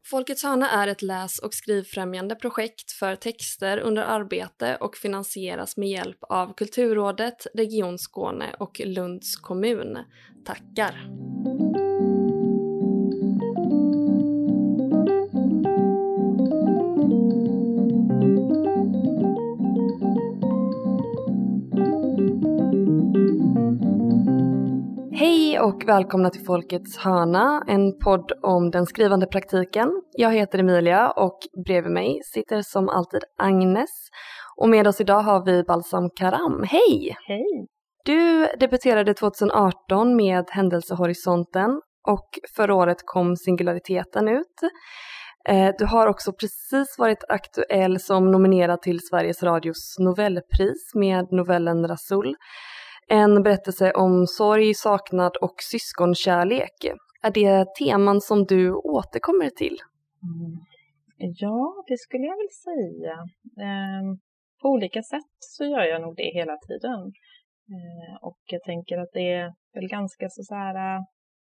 Folkets hörna är ett läs- och skrivfrämjande projekt för texter under arbete och finansieras med hjälp av Kulturrådet, Region Skåne och Lunds kommun. Tackar! Hej och välkomna till Folkets hörna, en podd om den skrivande praktiken. Jag heter Emilia och bredvid mig sitter som alltid Agnes. Och med oss idag har vi Balsam Karam. Hej! Hej! Du debuterade 2018 med Händelsehorisonten och förra året kom Singulariteten ut. Du har också precis varit aktuell som nominerad till Sveriges Radios Nobelpris med novellen Rasul. En berättelse om sorg, saknad och syskonkärlek. Är det teman som du återkommer till? Ja, det skulle jag väl säga. På olika sätt så gör jag nog det hela tiden. Och jag tänker att det är väl ganska så här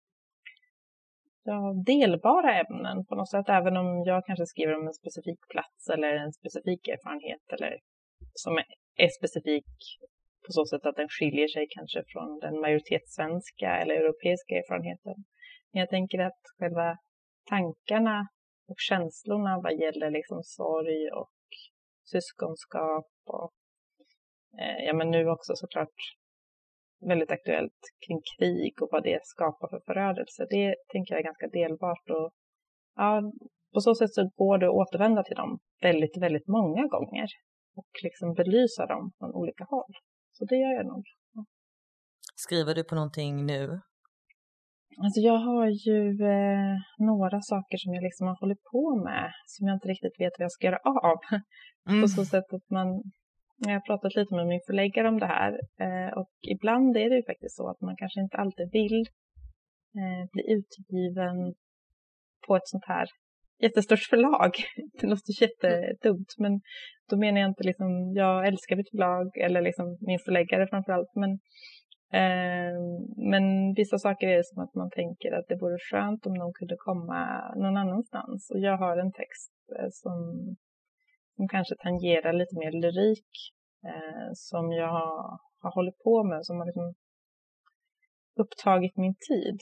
delbara ämnen på något sätt. Även om jag kanske skriver om en specifik plats eller en specifik erfarenhet eller som är specifik på så sätt att den skiljer sig kanske från den majoritetssvenska eller europeiska erfarenheten. Men jag tänker att själva tankarna och känslorna vad gäller liksom sorg och syskonskap och men nu också såklart väldigt aktuellt kring krig och vad det skapar för förödelse. Det tänker jag är ganska delbart och ja, på så sätt så går det att återvända till dem väldigt, väldigt många gånger och liksom belysa dem från olika håll. Så det gör jag nog. Skriver du på någonting nu? Alltså jag har ju några saker som jag liksom har hållit på med som jag inte riktigt vet vad jag ska göra av. På så sätt att jag har pratat lite med min förläggare om det här och ibland är det ju faktiskt så att man kanske inte alltid vill bli utgiven på ett sånt här jättestort förlag. Det låter jättedumt, men då menar jag inte liksom, jag älskar mitt förlag eller liksom min förläggare framförallt, men vissa saker är det som att man tänker att det vore skönt om någon kunde komma någon annanstans. Och jag har en text som kanske tangerar lite mer lyrik som jag har hållit på med, som har liksom upptagit min tid.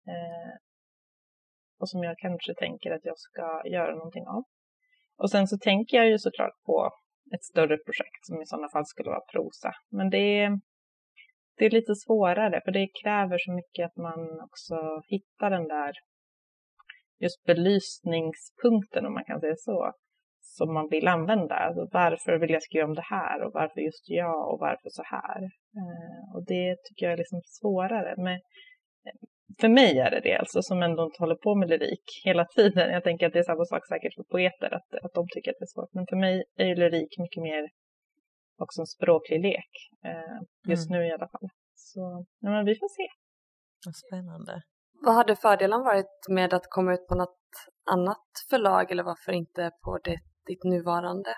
Och som jag kanske tänker att jag ska göra någonting av. Och sen så tänker jag ju såklart på ett större projekt som i sådana fall skulle vara prosa. Men det är lite svårare för det kräver så mycket att man också hittar den där just belysningspunkten, om man kan säga så, som man vill använda. Alltså varför vill jag skriva om det här och varför just jag och varför så här. Och det tycker jag är liksom svårare. Men för mig är det alltså som ändå inte håller på med lyrik hela tiden. Jag tänker att det är samma sak säkert för poeter, att de tycker att det är svårt. Men för mig är ju lyrik mycket mer också en språklig lek. Just nu i alla fall. Så men vi får se. Spännande. Vad hade fördelen varit med att komma ut på något annat förlag eller varför inte på ditt nuvarande?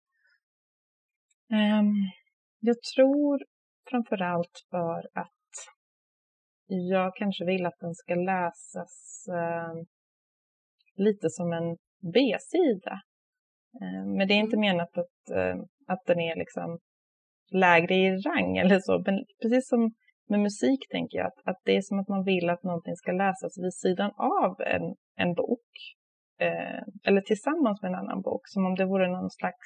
Jag tror framförallt för att jag kanske vill att den ska läsas lite som en B-sida. Men det är inte menat att den är liksom lägre i rang eller så. Men precis som med musik tänker jag att det är som att man vill att någonting ska läsas vid sidan av en bok. Eller tillsammans med en annan bok. Som om det vore någon slags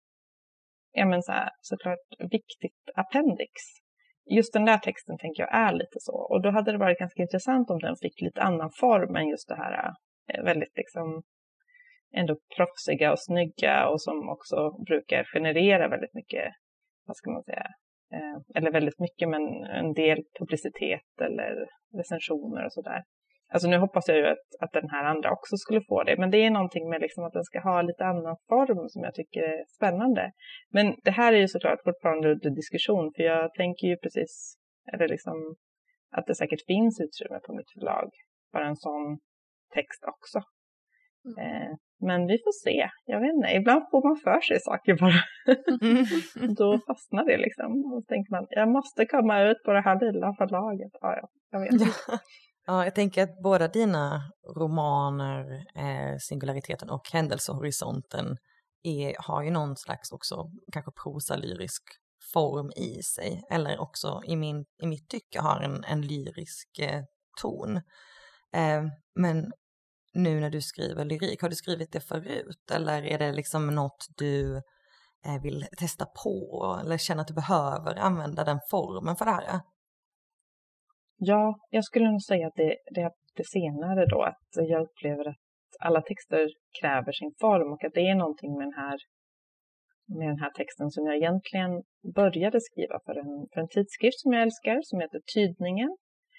såklart viktigt appendix. Just den där texten tänker jag är lite så. Och då hade det varit ganska intressant om den fick lite annan form än just det här väldigt liksom ändå proffsiga och snygga och som också brukar generera väldigt mycket, vad ska man säga, eller väldigt mycket men en del publicitet eller recensioner och sådär. Alltså nu hoppas jag ju att den här andra också skulle få det. Men det är någonting med liksom att den ska ha lite annan form som jag tycker är spännande. Men det här är ju såklart fortfarande under diskussion. För jag tänker ju precis, eller liksom, att det säkert finns utrymme på mitt förlag för en sån text också. Men vi får se. Jag vet inte. Ibland får man för sig saker bara. Då fastnar det liksom. Och så tänker man, jag måste komma ut på det här lilla förlaget. Ja, jag vet inte. Ja, jag tänker att båda dina romaner, Singulariteten och Händelsehorisonten, har ju någon slags också kanske prosalyrisk form i sig. Eller också i mitt tycke har en lyrisk ton. Men nu när du skriver lyrik, har du skrivit det förut? Eller är det liksom något du vill testa på? Eller känner att du behöver använda den formen för det här? Ja, jag skulle nog säga att det är det senare då. Att jag upplever att alla texter kräver sin form och att det är någonting med den här texten som jag egentligen började skriva för en tidskrift som jag älskar, som heter Tydningen.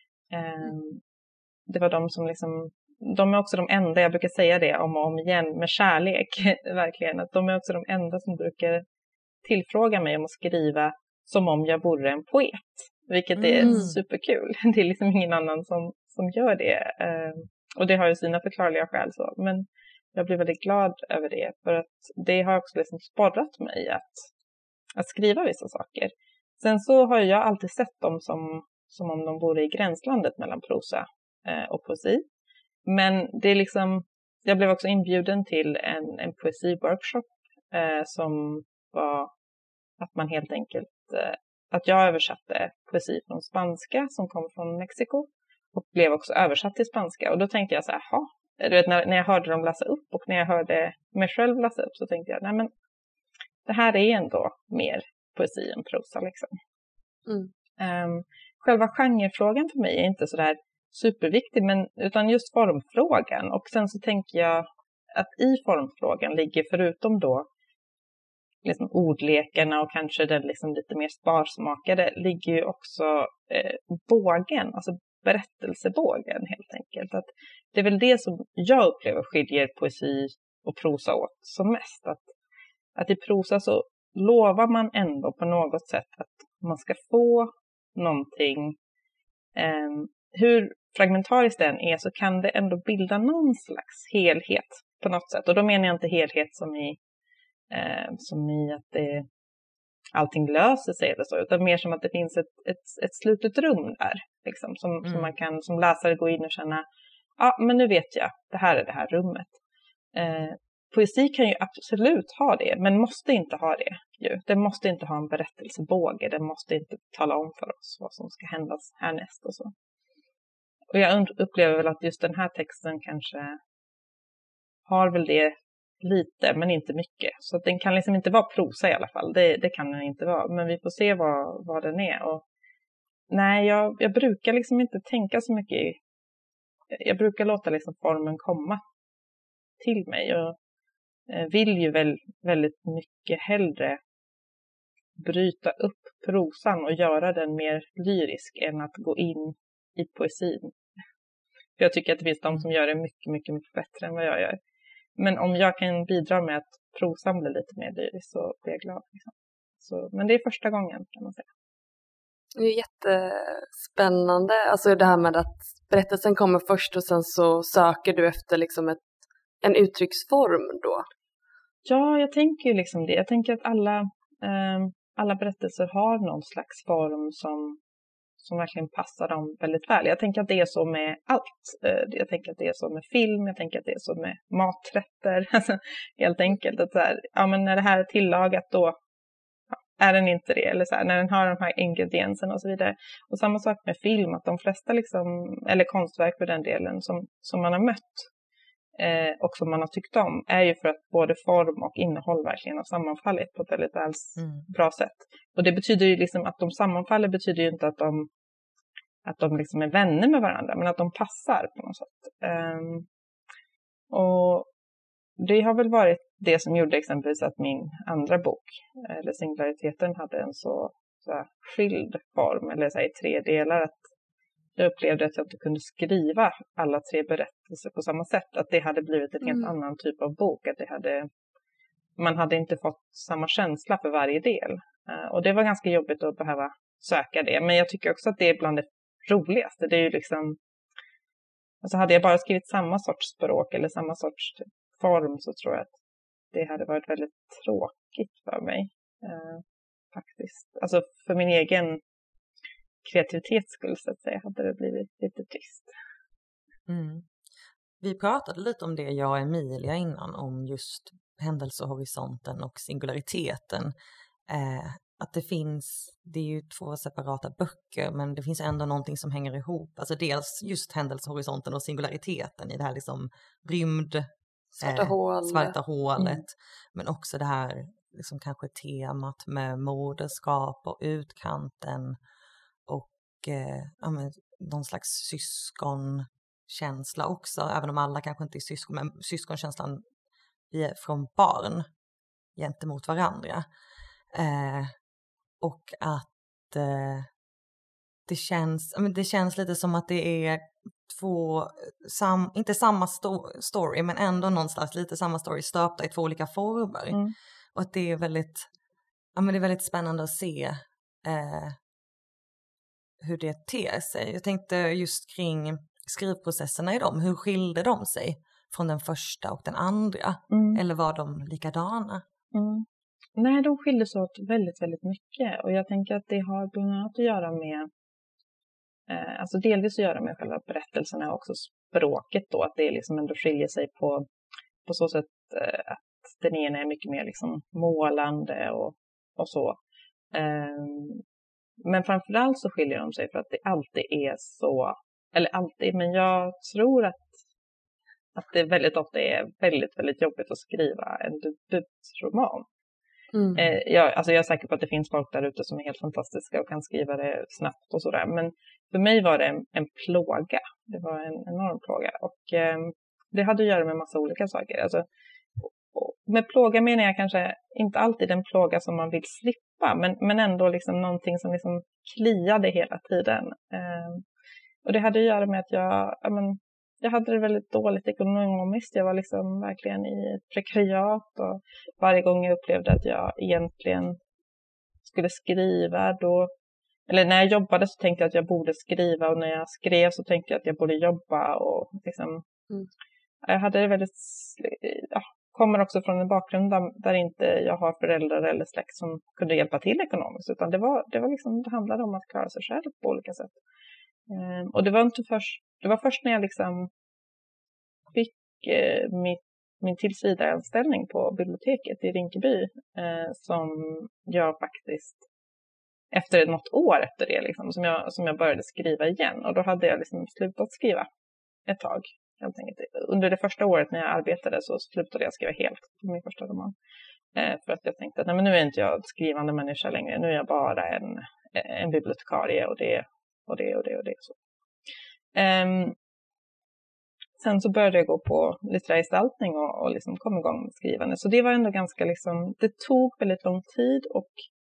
Det var de är också de enda, jag brukar säga det om och om igen med kärlek, verkligen, att de är också de enda som brukar tillfråga mig om att skriva som om jag vore en poet. Vilket är superkul. Det är liksom ingen annan som gör det. Och det har ju sina förklarliga skäl så. Men jag blir väldigt glad över det. För att det har också liksom sporrat mig att skriva vissa saker. Sen så har jag alltid sett dem som om de vore i gränslandet mellan prosa och poesi. Men det är liksom, jag blev också inbjuden till en poesiworkshop som var att man helt enkelt, att jag översatte poesi från spanska som kom från Mexiko och blev också översatt till spanska. Och då tänkte jag så här, du vet, när jag hörde dem läsa upp och när jag hörde mig själv läsa upp så tänkte jag, nej men det här är ändå mer poesi än prosa liksom. Själva genrefrågan för mig är inte så där superviktig, utan just formfrågan. Och sen så tänker jag att i formfrågan ligger, förutom då liksom ordlekarna och kanske den liksom lite mer sparsmakade, ligger ju också bågen, alltså berättelsebågen helt enkelt. Att det är väl det som jag upplever skiljer poesi och prosa åt som mest. Att i prosa så lovar man ändå på något sätt att man ska få någonting. Hur fragmentariskt den är så kan det ändå bilda någon slags helhet på något sätt. Och då menar jag inte helhet som i att allting löser sig eller så, utan mer som att det finns ett slutet rum där liksom, som man kan som läsare gå in och känna, men nu vet jag, det här är det här rummet. Poesi kan ju absolut ha det, men måste inte ha det ju. Den måste inte ha en berättelsebåge, den måste inte tala om för oss vad som ska hända härnäst och så. Och jag upplever väl att just den här texten kanske har väl det lite, men inte mycket. Så att den kan liksom inte vara prosa i alla fall. Det kan den inte vara. Men vi får se vad den är. Och nej, jag brukar liksom inte tänka så mycket. Jag brukar låta liksom formen komma till mig. Och vill ju väldigt mycket hellre bryta upp prosan och göra den mer lyrisk än att gå in i poesin. För jag tycker att det finns de som gör det mycket, mycket, mycket bättre än vad jag gör. Men om jag kan bidra med att prosan blir lite mer lyrisk så blir jag glad. Liksom. Men det är första gången kan man säga. Det är jättespännande. Alltså det här med att berättelsen kommer först och sen så söker du efter liksom en uttrycksform då. Ja, jag tänker ju liksom det. Jag tänker att alla berättelser har någon slags form som verkligen passar dem väldigt väl. Jag tänker att det är så med allt. Jag tänker att det är så med film. Jag tänker att det är så med maträtter. Alltså, helt enkelt att så här, men när det här är tillagat då är den inte det. Eller så här, när den har de här ingredienserna och så vidare. Och samma sak med film. Att de flesta liksom, eller konstverk för den delen som man har mött och som man har tyckt om är ju för att både form och innehåll verkligen har sammanfallit på ett väldigt bra sätt. Och det betyder ju liksom att de sammanfaller betyder ju inte att de liksom är vänner med varandra, men att de passar på något sätt. Och det har väl varit det som gjorde exempelvis att min andra bok, eller Singulariteten, hade en så här skild form, eller så här, i 3 delar, att jag upplevde att jag inte kunde skriva alla 3 berättelser på samma sätt. Att det hade blivit en helt annan typ av bok. Att man hade inte fått samma känsla för varje del. Och det var ganska jobbigt att behöva söka det. Men jag tycker också att det är bland det roligaste. Det är ju liksom, alltså hade jag bara skrivit samma sorts språk eller samma sorts form så tror jag att det hade varit väldigt tråkigt för mig. Faktiskt. Alltså för min egen kreativitets skull så att säga hade det blivit lite trist. Mm. Vi pratade lite om det, jag och Emilia, innan, om just händelsehorisonten och singulariteten. Att det är ju 2 separata böcker, men det finns ändå någonting som hänger ihop. Alltså dels just händelsehorisonten och singulariteten i det här liksom svarta hålet. Men också det här liksom kanske temat med moderskap och utkanten och någon slags syskonkänsla också, även om alla kanske inte är syskon, men syskonkänslan från barn gentemot varandra. Och att det känns lite som att det är inte samma story, men ändå någonstans lite samma story stöpta i 2 olika former. Och att det är väldigt, det är väldigt spännande att se hur det ter sig. Jag tänkte just kring skrivprocesserna i dem. Hur skilde de sig från den första och den andra? Eller var de likadana? Nej, de skiljer sig åt väldigt, väldigt mycket. Och jag tänker att det har bland annat att göra med, alltså delvis att göra med själva berättelserna och också språket då. Att det liksom ändå skiljer sig på så sätt att den ena är mycket mer liksom målande och så. Men framförallt så skiljer de sig för att det alltid är så, eller alltid, men jag tror att det väldigt ofta är väldigt, väldigt jobbigt att skriva en debutroman. Jag är säker på att det finns folk där ute som är helt fantastiska och kan skriva det snabbt och sådär. Men för mig var det en plåga. Det var en enorm plåga. Och det hade att göra med massa olika saker. Alltså, med plåga menar jag kanske inte alltid en plåga som man vill slippa. Men ändå liksom någonting som liksom kliade hela tiden. Och det hade att göra med att jag hade det väldigt dåligt ekonomiskt. Jag var liksom verkligen i ett prekariat. Och varje gång jag upplevde att jag egentligen skulle skriva då. Eller när jag jobbade så tänkte jag att jag borde skriva. Och när jag skrev så tänkte jag att jag borde jobba. Och liksom, jag hade det väldigt... kommer också från en bakgrund där inte jag har föräldrar eller släkt som kunde hjälpa till ekonomiskt. Utan det handlade om att klara sig själv på olika sätt. Och det var först när jag liksom fick min tillsvidareanställning på biblioteket i Rinkeby som jag faktiskt efter något år efter det liksom, som jag började skriva igen. Och då hade jag liksom slutat skriva ett tag. Helt enkelt. Under det första året när jag arbetade så slutade jag skriva helt på min första roman. För att jag tänkte att nej, men nu är inte jag skrivande människa längre. Nu är jag bara en bibliotekarie och det. Så. Sen så började jag gå på litterär gestaltning och liksom kom igång med skrivande. Så det var ändå ganska liksom, det tog väldigt lång tid och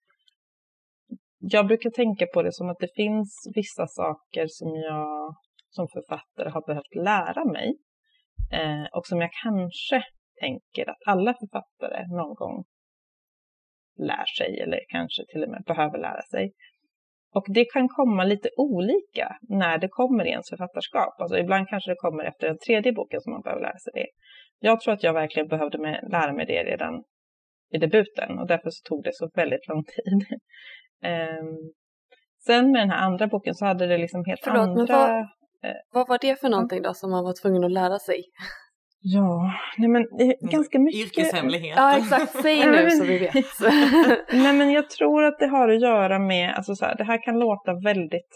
jag brukar tänka på det som att det finns vissa saker som jag som författare har behövt lära mig. Och som jag kanske tänker att alla författare någon gång lär sig eller kanske till och med behöver lära sig. Och det kan komma lite olika när det kommer i ens författarskap. Alltså ibland kanske det kommer efter den 3:e boken som man behöver lära sig det. Jag tror att jag verkligen behövde lära mig det redan i debuten. Och därför så tog det så väldigt lång tid. Sen med den här andra boken så hade det liksom helt andra... Vad var det för någonting då som man var tvungen att lära sig? Ja, nej men det är ganska mycket... Yrkeshemligheter. Ja, exakt. Säg nu så vi vet. Nej, men jag tror att det har att göra med... Alltså så här, det här kan låta väldigt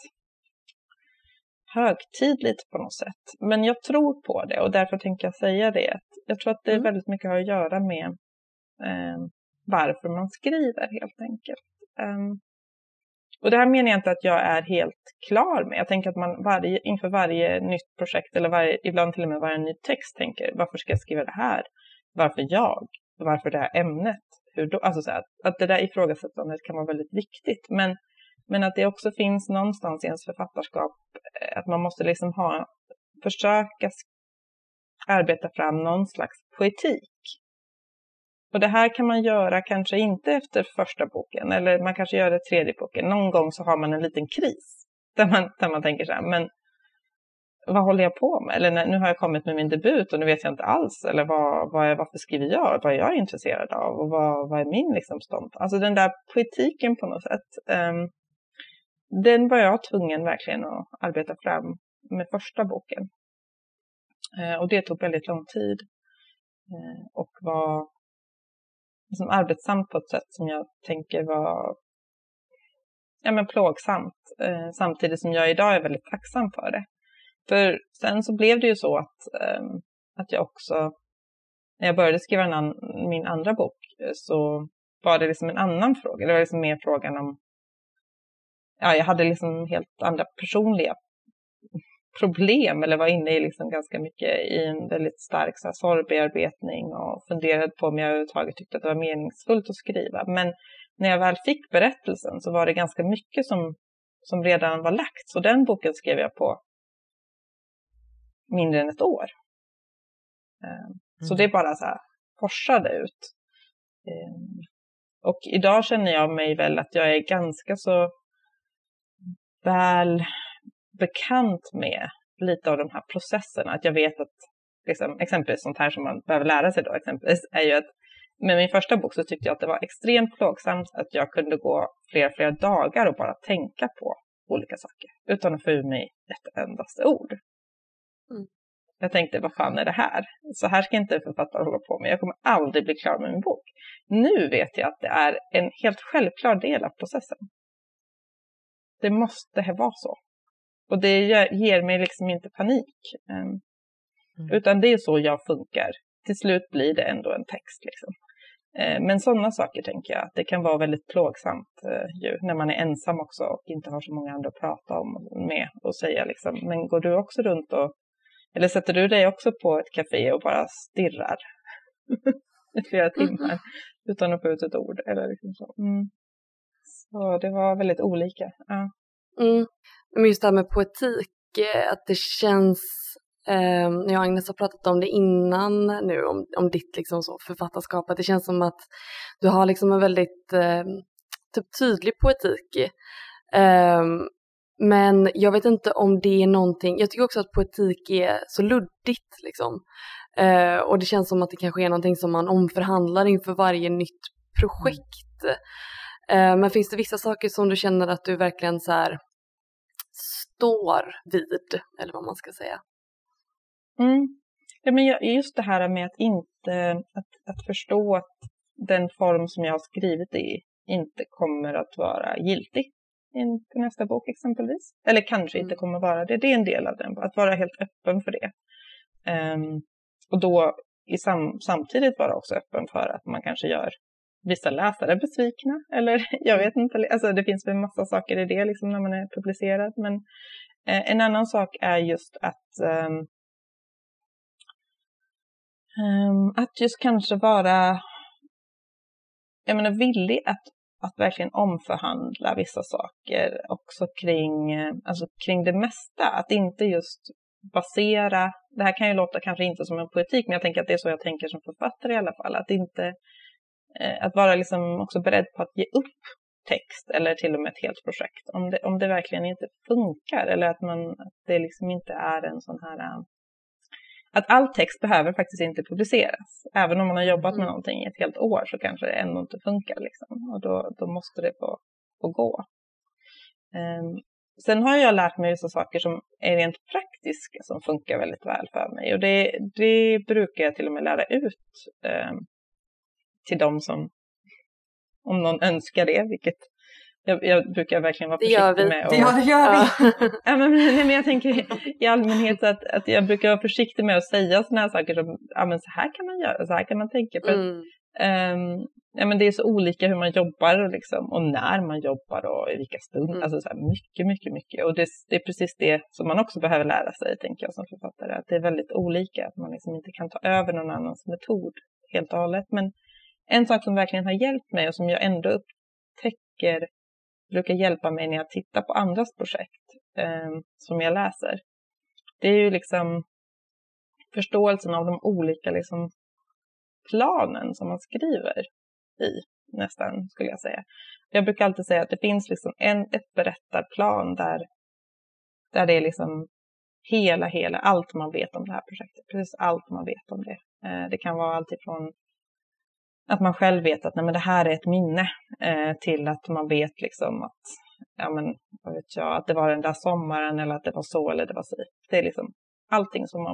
högtidligt på något sätt. Men jag tror på det och därför tänker jag säga det. Jag tror att det är väldigt mycket har att göra med varför man skriver helt enkelt. Och det här menar jag inte att jag är helt klar med. Jag tänker att man inför varje nytt projekt eller ibland till och med varje ny text tänker varför ska jag skriva det här? Varför jag? Varför det här ämnet? Hur då? Alltså så här, att det där ifrågasättandet kan vara väldigt viktigt. Men att det också finns någonstans i ens författarskap att man måste liksom försöka arbeta fram någon slags poetik. Och det här kan man göra kanske inte efter första boken. Eller man kanske gör det 3:e boken. Någon gång så har man en liten kris. Där man tänker så här, men vad håller jag på med? Eller nu har jag kommit med min debut och nu vet jag inte alls. Eller varför skriver jag? Vad är jag intresserad av? Och vad är min liksom stånd? Alltså den där poetiken på något sätt. Den var jag tvungen verkligen att arbeta fram med första boken. Och det tog väldigt lång tid. Och var liksom arbetsamt på ett sätt som jag tänker var plågsamt. Samtidigt som jag idag är väldigt tacksam för det. För sen så blev det ju så att jag också, när jag började skriva min andra bok, så var det liksom en annan fråga. Det var liksom mer frågan om, jag hade liksom helt andra personliga problem, eller var inne i liksom ganska mycket i en väldigt stark så här, sorgbearbetning och funderade på om jag överhuvudtaget tyckte att det var meningsfullt att skriva. Men när jag väl fick berättelsen så var det ganska mycket som redan var lagt. Så den boken skrev jag på mindre än ett år. Så det bara så här forsade ut. Och idag känner jag mig väl att jag är ganska så väl bekant med lite av de här processerna. Att jag vet att liksom, exempelvis sånt här som man behöver lära sig då exempelvis är ju att med min första bok så tyckte jag att det var extremt plågsamt att jag kunde gå flera dagar och bara tänka på olika saker utan att få ur mig ett endaste ord. Jag tänkte, vad fan är det här? Så här ska inte författare hålla på med. Jag kommer aldrig bli klar med min bok. Nu vet jag att det är en helt självklar del av processen. Det måste vara så. Och det ger mig liksom inte panik. Utan det är så jag funkar. Till slut blir det ändå en text liksom. Men sådana saker tänker jag. Det kan vara väldigt plågsamt när man är ensam också och inte har så många andra att prata om med och säga liksom. Men går du också runt eller sätter du dig också på ett café och bara stirrar i flera timmar utan att få ut ett ord? Eller liksom så. Så det var väldigt olika. Ja. Men just det här med poetik, att det känns, jag och Agnes har pratat om det innan nu, om ditt liksom så författarskap, att det känns som att du har liksom en väldigt typ tydlig poetik. Men jag vet inte om det är någonting, jag tycker också att poetik är så luddigt liksom. Och det känns som att det kanske är någonting som man omförhandlar inför varje nytt projekt. Men finns det vissa saker som du känner att du verkligen så här står vid, eller vad man ska säga? Ja, men just det här med att inte att förstå att den form som jag har skrivit i inte kommer att vara giltig inför nästa bok exempelvis. Eller kanske inte kommer vara det. Det är en del av den. Att vara helt öppen för det. Och då samtidigt vara också öppen för att man kanske gör vissa läsare besvikna. Eller jag vet inte. Alltså det finns väl en massa saker i det liksom när man är publicerad. Men en annan sak är just att just kanske vara villig att verkligen omförhandla vissa saker också kring det mesta. Att inte just basera, det här kan ju låta kanske inte som en poetik, men jag tänker att det är så jag tänker som författare i alla fall. Att vara liksom också beredd på att ge upp text eller till och med ett helt projekt. Om det verkligen inte funkar eller att det liksom inte är en sån här... Att all text behöver faktiskt inte publiceras. Även om man har jobbat med någonting i ett helt år så kanske det ändå inte funkar. Liksom. Och då måste det få gå. Sen har jag lärt mig vissa saker som är rent praktiska som funkar väldigt väl för mig. Och det brukar jag till och med lära ut till dem som, om någon önskar det, vilket jag brukar verkligen vara försiktig med. Det gör vi. Ja, men jag tänker i allmänhet att jag brukar vara försiktig med att säga såna här saker som, men så här kan man göra, så här kan man tänka. För men det är så olika hur man jobbar och när man jobbar och i vilka stunder. Alltså så här mycket, mycket, mycket. Och det är precis det som man också behöver lära sig, tänker jag som författare. Att det är väldigt olika, att man liksom inte kan ta över någon annans metod helt och hållet. Men en sak som verkligen har hjälpt mig och som jag ändå upptäcker brukar hjälpa mig när jag tittar på andras projekt som jag läser. Det är ju liksom förståelsen av de olika liksom planen som man skriver i, nästan skulle jag säga. Jag brukar alltid säga att det finns liksom ett berättarplan där det är liksom hela allt man vet om det här projektet. Precis allt man vet om det. Det kan vara allt ifrån att man själv vet att nej, men det här är ett minne till att man vet liksom att vad vet jag, att det var den där sommaren eller att det var så eller det var så. Det är liksom allting som man vet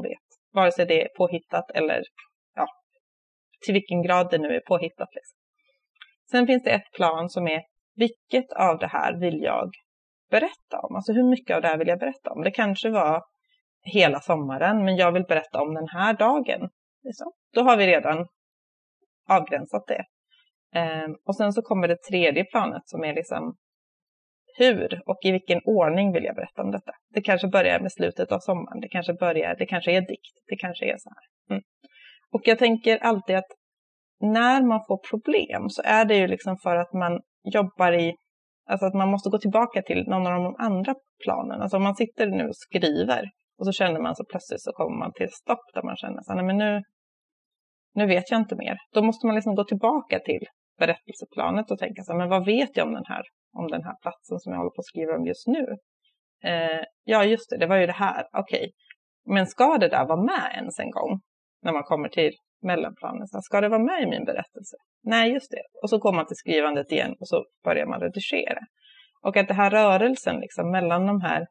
Vare sig det är påhittat eller till vilken grad det nu är påhittat. Liksom. Sen finns det ett plan som är vilket av det här vill jag berätta om? Alltså hur mycket av det här vill jag berätta om? Det kanske var hela sommaren, men jag vill berätta om den här dagen. Liksom. Då har vi redan avgränsat det. Och sen så kommer det tredje planet som är liksom hur och i vilken ordning vill jag berätta om detta. Det kanske börjar med slutet av sommaren. Det kanske är dikt. Det kanske är så här. Och jag tänker alltid att när man får problem så är det ju liksom för att man jobbar alltså att man måste gå tillbaka till någon av de andra planen. Alltså om man sitter nu och skriver och så känner man så plötsligt så kommer man till stopp där man känner så här, nej men nu vet jag inte mer. Då måste man liksom gå tillbaka till berättelseplanet och tänka så här, men vad vet jag om den här platsen som jag håller på att skriva om just nu? Ja just det var ju det här, okej. Men ska det där vara med ens en gång? När man kommer till mellanplanen. Så ska det vara med i min berättelse? Nej, just det. Och så kommer man till skrivandet igen och så börjar man redigera. Och att det här rörelsen liksom, mellan de här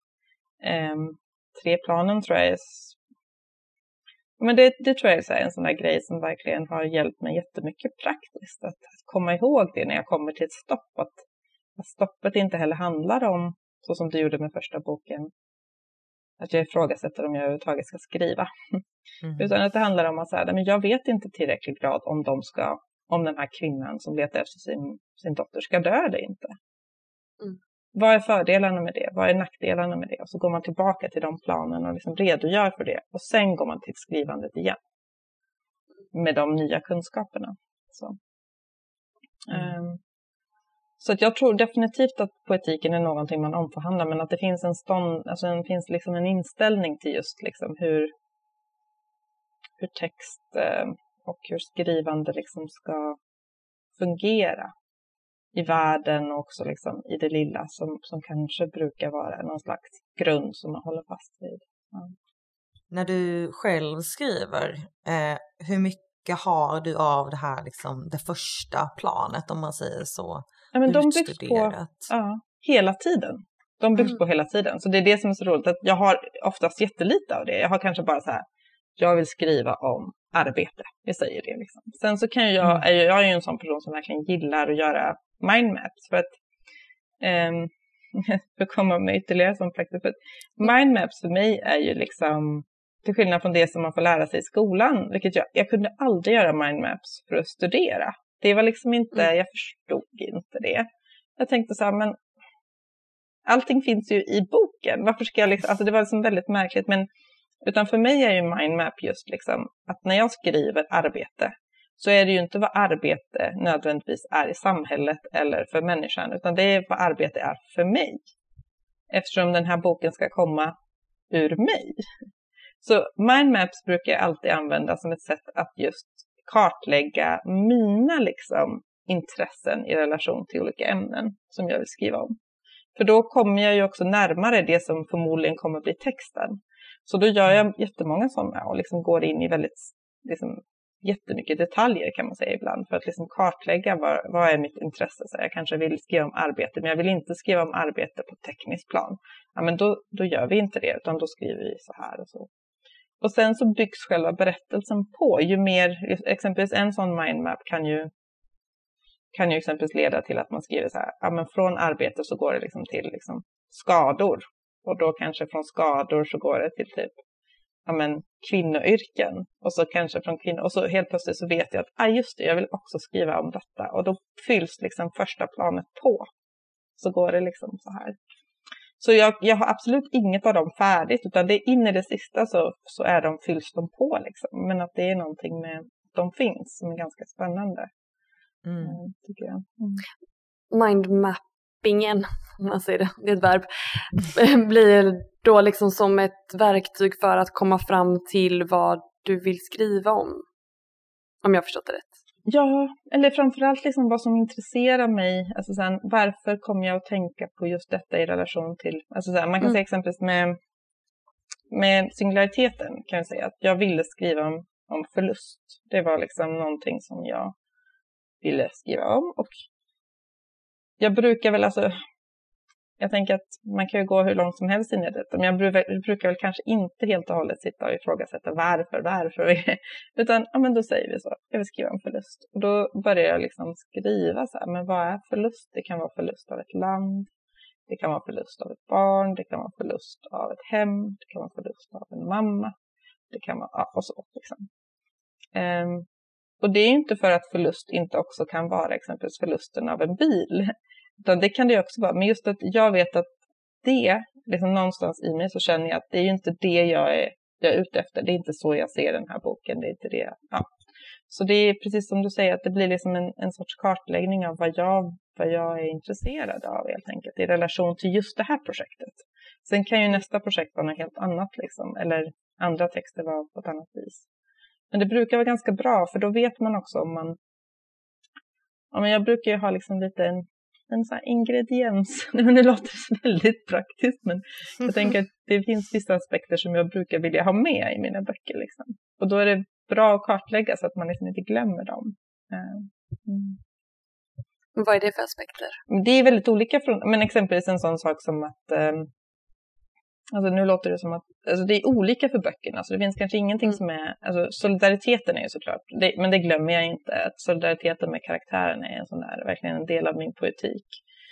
3 planen tror jag är... Men det tror jag är en sån där grej som verkligen har hjälpt mig jättemycket praktiskt. Att komma ihåg det när jag kommer till ett stopp. Att stoppet inte heller handlar om, så som du gjorde med första boken, att jag ifrågasätter om jag överhuvudtaget ska skriva. Utan att det handlar om att säga, men jag vet inte tillräckligt grad om den här kvinnan som letar efter sin dotter ska dö eller inte. Vad är fördelarna med det? Vad är nackdelarna med det? Och så går man tillbaka till de planen och liksom redogör för det. Och sen går man till skrivandet igen. Med de nya kunskaperna. Så att jag tror definitivt att poetiken är någonting man omförhandlar. Men att det finns det finns liksom en inställning till just liksom hur text och hur skrivande liksom ska fungera i världen och också liksom i det lilla som kanske brukar vara någon slags grund som man håller fast vid. Ja. När du själv skriver, hur mycket har du av det här liksom, det första planet om man säger så? Ja, men de byggs på hela tiden. De byggs på hela tiden. Så det är det som är så roligt att jag har oftast jättelite av det. Jag har kanske bara så här, jag vill skriva om arbete. Jag säger det liksom. Sen så kan jag är ju en sån person som verkligen gillar att göra mindmaps. För att för att komma med ytterligare som praktiskt. För mindmaps för mig är ju liksom, till skillnad från det som man får lära sig i skolan. Vilket jag kunde aldrig göra mindmaps för att studera. Det var liksom inte, jag förstod inte det. Jag tänkte så här, men allting finns ju i boken. Varför ska jag liksom, alltså det var liksom väldigt märkligt. Men utan för mig är ju mindmap just liksom att när jag skriver arbete så är det ju inte vad arbete nödvändigtvis är i samhället eller för människan. Utan det är vad arbete är för mig. Eftersom den här boken ska komma ur mig. Så mindmaps brukar jag alltid använda som ett sätt att just kartlägga mina liksom intressen i relation till olika ämnen som jag vill skriva om. För då kommer jag ju också närmare det som förmodligen kommer bli texten. Så då gör jag jättemånga sådana och liksom går in i väldigt liksom, jättemycket detaljer kan man säga ibland. För att liksom kartlägga vad är mitt intresse. Så jag kanske vill skriva om arbete men jag vill inte skriva om arbete på tekniskt plan. Ja, men då gör vi inte det utan då skriver vi så här och så. Och sen så byggs själva berättelsen på. Ju mer, exempelvis en sån mindmap kan ju exempelvis leda till att man skriver så här. Ja, men från arbete så går det liksom till liksom skador. Och då kanske från skador så går det till typ kvinnoyrken. Och så kanske från kvinnor. Och så helt plötsligt så vet jag att just det, jag vill också skriva om detta. Och då fylls liksom första planet på. Så går det liksom så här. Så jag har absolut inget av dem färdigt. Utan det är in i det sista så fylls de på liksom. Men att det är någonting med att de finns som är ganska spännande. Tycker jag. Mindmappingen, om man säger det är ett verb, blir då liksom som ett verktyg för att komma fram till vad du vill skriva om jag förstått det rätt. Ja, eller framförallt liksom vad som intresserar mig. Alltså sen, varför kommer jag att tänka på just detta i relation till... Alltså sen, man kan säga exempelvis med singulariteten kan jag säga att jag ville skriva om förlust. Det var liksom någonting som jag ville skriva om. Och jag brukar väl alltså... jag tänker att man kan ju gå hur långt som helst in i det. Men jag brukar väl kanske inte helt och hållet sitta och ifrågasätta varför. Utan men då säger vi så, jag vill skriva en förlust. Och då börjar jag liksom skriva så här, men vad är förlust? Det kan vara förlust av ett land. Det kan vara förlust av ett barn. Det kan vara förlust av ett hem. Det kan vara förlust av en mamma. Det kan vara, och så liksom. Och det är inte för att förlust inte också kan vara exempelvis förlusten av en bil. Utan det kan det också vara. Men just att jag vet att det, liksom någonstans i mig så känner jag att det är ju inte det jag är ute efter. Det är inte så jag ser den här boken. Det är inte det. Ja. Så det är precis som du säger, att det blir liksom en sorts kartläggning av vad jag är intresserad av helt enkelt. I relation till just det här projektet. Sen kan ju nästa projekt vara något helt annat liksom. Eller andra texter vara på ett annat vis. Men det brukar vara ganska bra, för då vet man också om man... Ja, men jag brukar ju ha liksom lite en sån här ingrediens. Det låter väldigt praktiskt, men jag tänker att det finns vissa aspekter som jag brukar vilja ha med i mina böcker. Liksom. Och då är det bra att kartlägga så att man liksom inte glömmer dem. Vad är det för aspekter? Det är väldigt olika från... Men exempelvis en sån sak som att... Alltså nu låter det som att alltså det är olika för böckerna. Alltså det finns kanske ingenting som är... Alltså solidariteten är ju såklart... men det glömmer jag inte. Att solidariteten med karaktären är en sån där, verkligen en del av min poetik.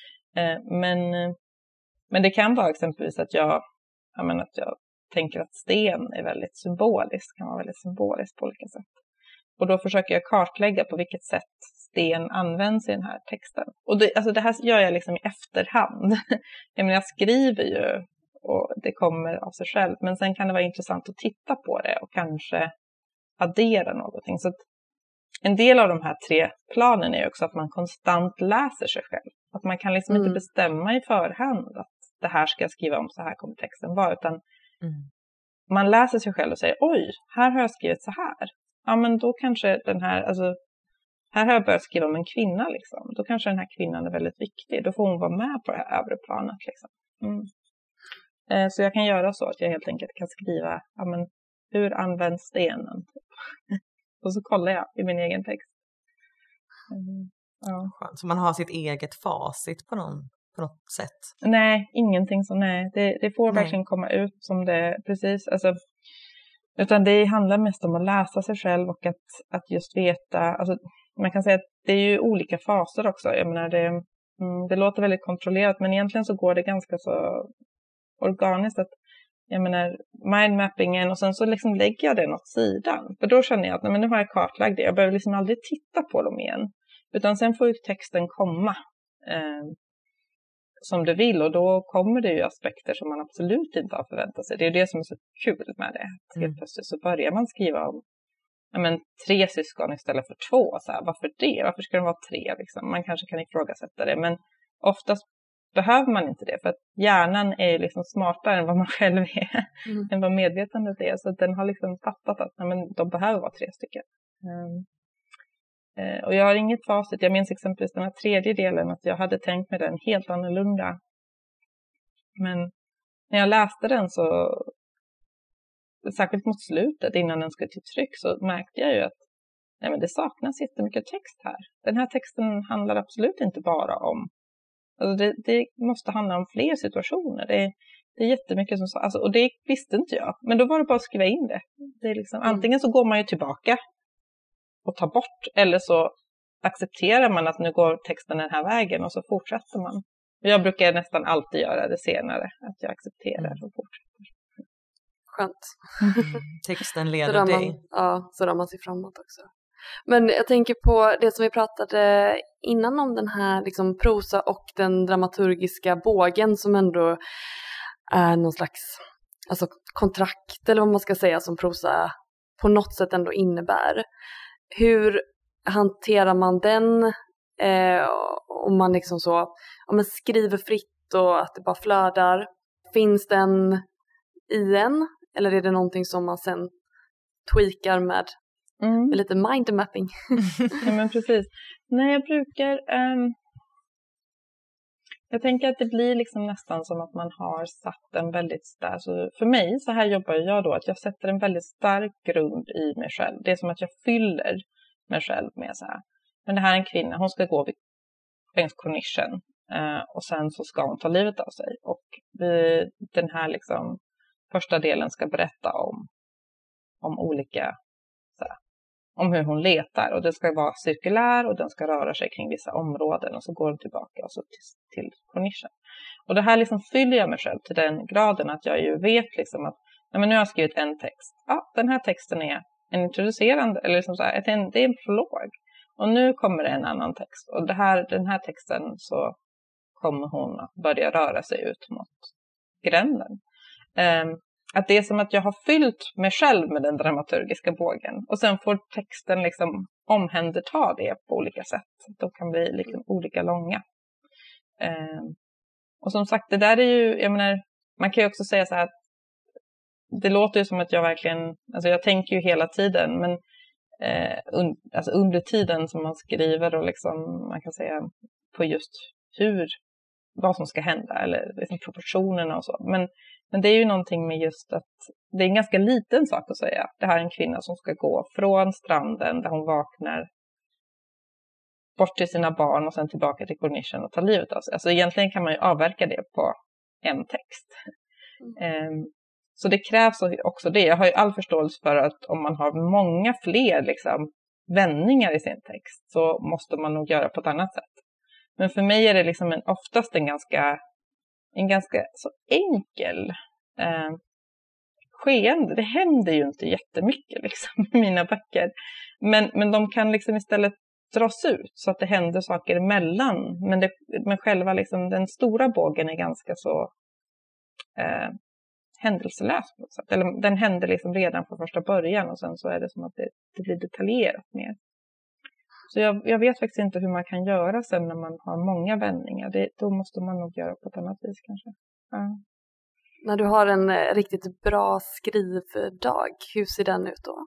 Men det kan vara exempelvis att jag tänker att sten är väldigt symbolisk. Kan vara väldigt symboliskt på olika sätt. Och då försöker jag kartlägga på vilket sätt sten används i den här texten. Och det här gör jag liksom i efterhand. Jag skriver ju... Och det kommer av sig själv. Men sen kan det vara intressant att titta på det. Och kanske addera någonting. Så att en del av de här 3 planen är också att man konstant läser sig själv. Att man kan liksom inte bestämma i förhand. Att det här ska jag skriva om, så här kommer texten vara. Utan man läser sig själv och säger, oj, här har jag skrivit så här. Ja, men då kanske den här, alltså här har jag börjat skriva om en kvinna liksom. Då kanske den här kvinnan är väldigt viktig. Då får hon vara med på det här övre planet liksom. Så jag kan göra så att jag helt enkelt kan skriva, hur används stenen? Och så kollar jag i min egen text. Så man har sitt eget facit på något sätt? Nej, ingenting så. Nej, det får verkligen komma ut som det precis. Alltså, utan det handlar mest om att läsa sig själv och att just veta. Alltså, man kan säga att det är ju olika faser också. Jag menar, det låter väldigt kontrollerat, men egentligen så går det ganska så organiskt att mindmappingen och sen så liksom lägger jag den åt sidan. För då känner jag att nu har jag kartlagt det. Jag behöver liksom aldrig titta på dem igen. Utan sen får ju texten komma som du vill. Och då kommer det ju aspekter som man absolut inte har förväntat sig. Det är det som är så kul med det. Helt plötsligt så börjar man skriva om 3 syskon istället för 2. Så här, varför det? Varför ska det vara 3? Liksom? Man kanske kan ifrågasätta det. Men oftast behöver man inte det, för att hjärnan är ju liksom smartare än vad man själv är, än vad medvetandet är. Så den har liksom fattat att de behöver vara 3 stycken. Och jag har inget facit. Jag minns exempelvis den här 3:e delen, att jag hade tänkt mig den helt annorlunda. Men när jag läste den så, särskilt mot slutet innan den skulle till tryck, så märkte jag ju att det saknas jättemycket text här. Den här texten handlar absolut inte bara om... Alltså det måste handla om fler situationer. Det är jättemycket som så. Alltså, och det visste inte jag. Men då var det bara att skriva in det. Det är liksom, antingen så går man ju tillbaka och tar bort. Eller så accepterar man att nu går texten den här vägen. Och så fortsätter man. Jag brukar nästan alltid göra det senare. Att jag accepterar och fortsätter. Skönt. Texten leder dig. Så rör man sig framåt också. Men jag tänker på det som vi pratade innan om den här liksom prosa och den dramaturgiska bågen som ändå är någon slags kontrakt eller vad man ska säga som prosa på något sätt ändå innebär. Hur hanterar man den om man liksom skriver fritt och att det bara flödar? Finns den i en eller är det någonting som man sen tweakar med lite mindmapping? Ja, men precis. Nej, jag brukar... jag tänker att det blir liksom nästan som att man har satt en väldigt stark... Alltså för mig, så här jobbar jag då, att jag sätter en väldigt stark grund i mig själv. Det är som att jag fyller mig själv med så här. Men det här är en kvinna, hon ska gå längs kornischen. Och sen så ska hon ta livet av sig. Och den här liksom första delen ska berätta om olika, om hur hon letar. Och det ska vara cirkulär och den ska röra sig kring vissa områden. Och så går den tillbaka och så till Cornichen. Och det här liksom fyller jag mig själv till den graden att jag ju vet liksom att nej, men nu har jag skrivit en text. Ja, den här texten är en introducerande, eller liksom det är en prolog. Och nu kommer det en annan text. Och den här texten så kommer hon att börja röra sig ut mot gränden. Att det är som att jag har fyllt mig själv med den dramaturgiska bågen. Och sen får texten liksom omhänderta det på olika sätt. De kan bli liksom olika långa. Och som sagt, det där är ju, jag menar, man kan ju också säga så här att det låter ju som att jag verkligen, alltså jag tänker ju hela tiden, men alltså under tiden som man skriver och liksom, man kan säga på just vad som ska hända eller liksom proportionerna och så. Men det är ju någonting med just att det är en ganska liten sak att säga. Det här är en kvinna som ska gå från stranden där hon vaknar bort till sina barn och sen tillbaka till Cornichen och ta livet av sig. Alltså egentligen kan man ju avverka det på en text. Så det krävs också det. Jag har ju all förståelse för att om man har många fler liksom vändningar i sin text så måste man nog göra på ett annat sätt. Men för mig är det liksom oftast en ganska så enkel skeende. Det händer ju inte jättemycket liksom i mina böcker. Men de kan liksom istället dras ut så att det händer saker emellan. Men själva liksom, den stora bågen är ganska så händelselös på något sätt. Eller den händer liksom redan från första början och sen så är det som att det blir detaljerat mer. Så jag vet faktiskt inte hur man kan göra sen när man har många vändningar. Då måste man nog göra på ett annat vis kanske. Ja. När du har en riktigt bra skrivdag, hur ser den ut då?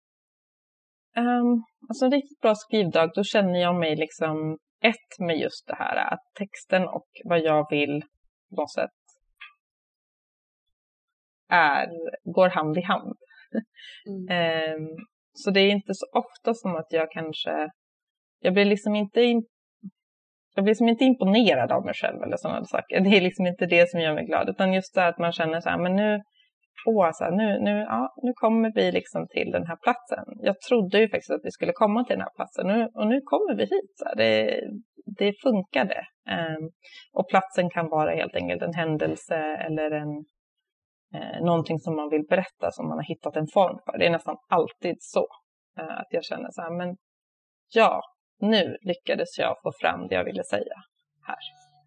Alltså en riktigt bra skrivdag, då känner jag mig liksom med just det här. Att texten och vad jag vill på något sätt går hand i hand. Så det är inte så ofta som att jag blir liksom inte imponerad av mig själv eller sådana saker. Det är liksom inte det som gör mig glad, utan just det att man känner så här, men nu kommer vi liksom till den här platsen. Jag trodde ju faktiskt att vi skulle komma till den här platsen och nu kommer vi hit. Så här. Det funkade. Och platsen kan vara helt enkelt en händelse eller någonting som man vill berätta som man har hittat en form för. Det är nästan alltid så att jag känner så här, men ja, nu lyckades jag få fram det jag ville säga här.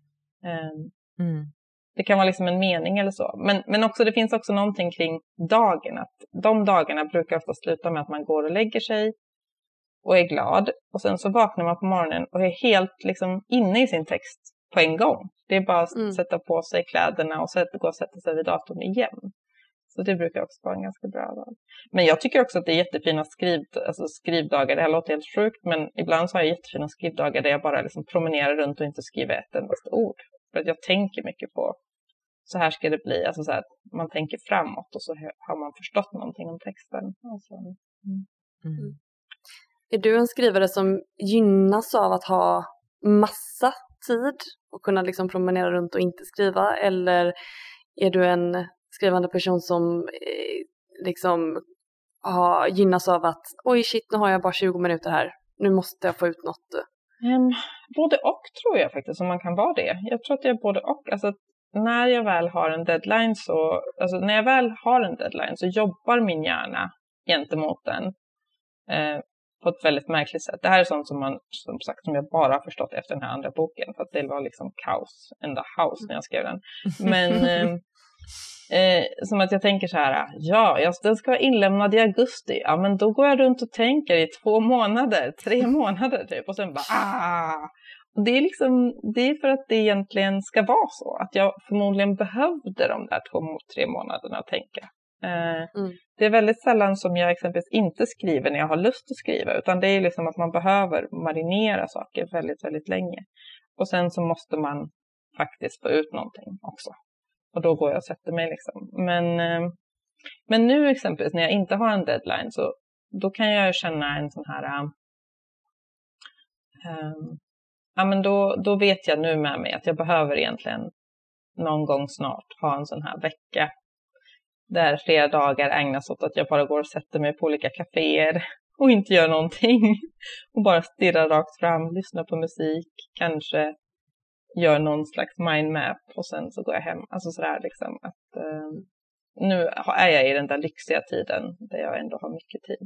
Det kan vara liksom en mening eller så. Men också, det finns också någonting kring dagen. Att de dagarna brukar ofta sluta med att man går och lägger sig och är glad. Och sen så vaknar man på morgonen och är helt liksom inne i sin text på en gång. Det är bara att sätta på sig kläderna och gå och sätta sig vid datorn igen. Så det brukar också vara en ganska bra dag. Men jag tycker också att det är jättefina skrivdagar. Det här låter helt sjukt, men ibland så har jag jättefina skrivdagar där jag bara liksom promenerar runt och inte skriver ett endaste ord. För att jag tänker mycket på så här ska det bli. Alltså så här, man tänker framåt och så har man förstått någonting om texten. Alltså, Är du en skrivare som gynnas av att ha massa tid och kunna liksom promenera runt och inte skriva? Eller är du en skrivande person som liksom gynnas av att oj shit, nu har jag bara 20 minuter här. Nu måste jag få ut något. Både och tror jag faktiskt, om man kan vara det. Jag tror att det är både och. Alltså, när jag väl har en deadline så jobbar min hjärna gentemot den på ett väldigt märkligt sätt. Det här är sånt som jag bara har förstått efter den här andra boken. För att det var liksom kaos in the house när jag skrev den. Men som att jag tänker så här, den ska vara inlämnad i augusti. Ja, men då går jag runt och tänker i 2 månader, 3 månader typ. Och sen bara, Det är för att det egentligen ska vara så. Att jag förmodligen behövde de där 2-3 månaderna att tänka. Det är väldigt sällan som jag exempelvis inte skriver när jag har lust att skriva. Utan det är liksom att man behöver marinera saker väldigt, väldigt länge. Och sen så måste man faktiskt få ut någonting också. Och då går jag och sätter mig liksom. Men nu exempelvis när jag inte har en deadline så då kan jag känna en sån här ja, men då vet jag nu med mig att jag behöver egentligen någon gång snart ha en sån här vecka där flera dagar ägnas åt att jag bara går och sätter mig på olika kaféer och inte gör någonting och bara stirrar rakt fram, lyssnar på musik, kanske gör någon slags mindmap och sen så går jag hem. Alltså sådär liksom att nu är jag i den där lyxiga tiden där jag ändå har mycket tid.